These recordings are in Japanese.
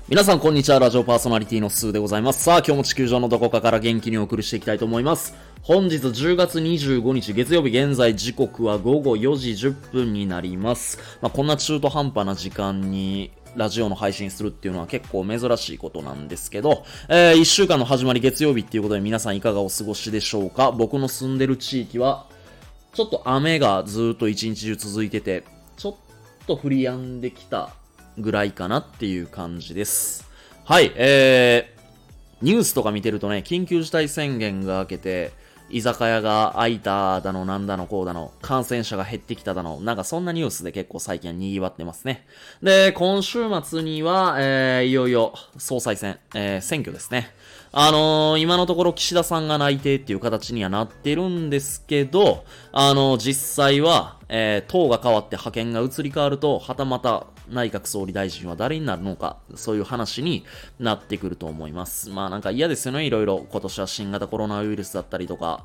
皆さんこんにちは。ラジオパーソナリティのスーでございます。さあ今日も地球上のどこかから元気にお送りしていきたいと思います。本日10月25日月曜日、現在時刻は午後4時10分になります。こんな中途半端な時間にラジオの配信するっていうのは結構珍しいことなんですけど、1週間の始まり月曜日っていうことで皆さんいかがお過ごしでしょうか。僕の住んでる地域はちょっと雨がずっと一日中続いてて、ちょっと降り止んできたぐらいかなっていう感じです。はい、ニュースとか見てるとね、緊急事態宣言が明けて、居酒屋が開いただの、なんだのこうだの、感染者が減ってきただの、なんかそんなニュースで結構最近は賑わってますね。で、今週末には、いよいよ総裁選、選挙ですね。今のところ岸田さんが内定っていう形にはなってるんですけど、実際は、党が変わって派遣が移り変わると、はたまた内閣総理大臣は誰になるのか、そういう話になってくると思います。なんか嫌ですよね、いろいろ。今年は新型コロナウイルスだったりとか、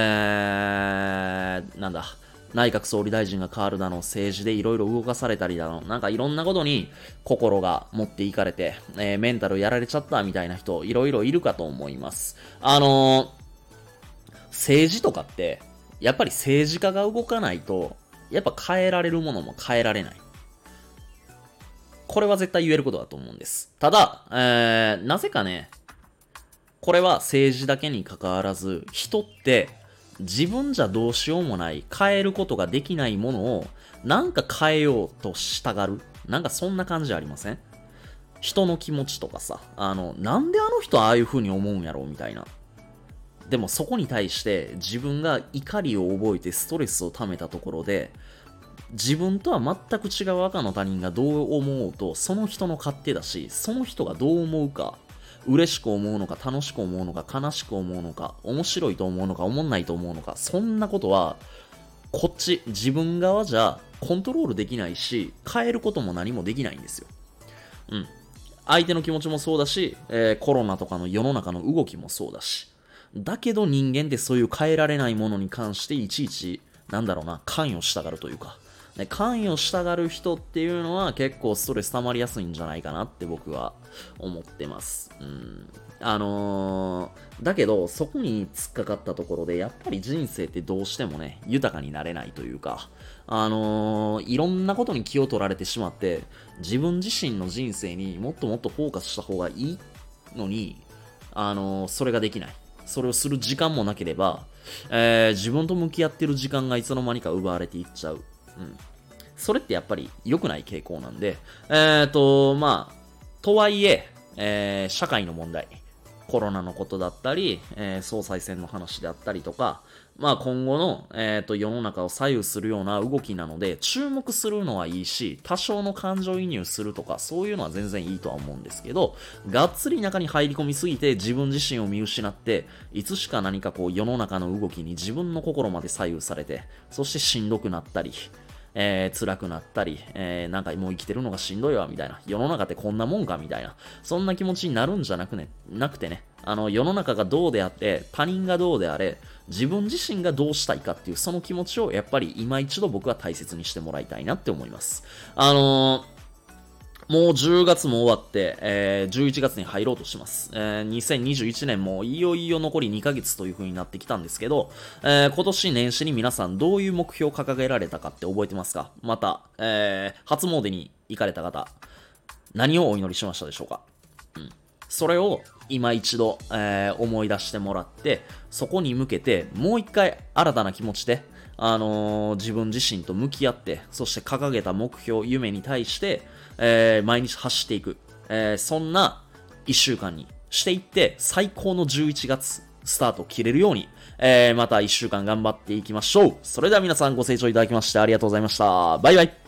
なんだ、内閣総理大臣が変わるだの、政治でいろいろ動かされたりだの、なんかいろんなことに心が持っていかれて、メンタルやられちゃったみたいな人、いろいろいるかと思います。政治とかって、やっぱり政治家が動かないと、やっぱ変えられるものも変えられない。これは絶対言えることだと思うんです。ただ、なぜかね、これは政治だけに関わらず、人って自分じゃどうしようもない、変えることができないものをなんか変えようとしたがる。なんかそんな感じありません？人の気持ちとかさ、なんであの人はああいう風に思うんやろうみたいな。でもそこに対して自分が怒りを覚えてストレスを溜めたところで、自分とは全く違う赤の他人がどう思おうと、その人の勝手だし、その人がどう思うか、嬉しく思うのか、楽しく思うのか、悲しく思うのか、面白いと思うのか、思んないと思うのか、そんなことは、こっち、自分側じゃコントロールできないし、変えることも何もできないんですよ。うん。相手の気持ちもそうだし、コロナとかの世の中の動きもそうだし。だけど人間ってそういう変えられないものに関していちいち、関与したがるというか、関与したがる人っていうのは結構ストレス溜まりやすいんじゃないかなって僕は思ってます。だけどそこに突っかかったところでやっぱり人生ってどうしてもね、豊かになれないというか、いろんなことに気を取られてしまって、自分自身の人生にもっともっとフォーカスした方がいいのに、それができない。それをする時間もなければ、自分と向き合ってる時間がいつの間にか奪われていっちゃう。それってやっぱり良くない傾向なんで、とはいえ、社会の問題、コロナのことだったり、総裁選の話であったりとか、今後の、世の中を左右するような動きなので、注目するのはいいし、多少の感情移入するとか、そういうのは全然いいとは思うんですけど、がっつり中に入り込みすぎて自分自身を見失って、いつしか何か世の中の動きに自分の心まで左右されて、そしてしんどくなったり、辛くなったり、なんかもう生きてるのがしんどいわみたいな、世の中ってこんなもんかみたいな、そんな気持ちになるんじゃなくてね、世の中がどうであって、他人がどうであれ、自分自身がどうしたいかっていうその気持ちをやっぱり今一度僕は大切にしてもらいたいなって思います。もう10月も終わって、11月に入ろうとします。2021年もいよいよ残り2ヶ月という風になってきたんですけど、今年年始に皆さんどういう目標を掲げられたかって覚えてますか？また、初詣に行かれた方、何をお祈りしましたでしょうか？それを今一度、思い出してもらって、そこに向けてもう一回新たな気持ちで、自分自身と向き合って、そして掲げた目標、夢に対して、毎日走っていく、そんな1週間にしていって、最高の11月スタートを切れるように、また1週間頑張っていきましょう。それでは皆さんご清聴いただきましてありがとうございました。バイバイ。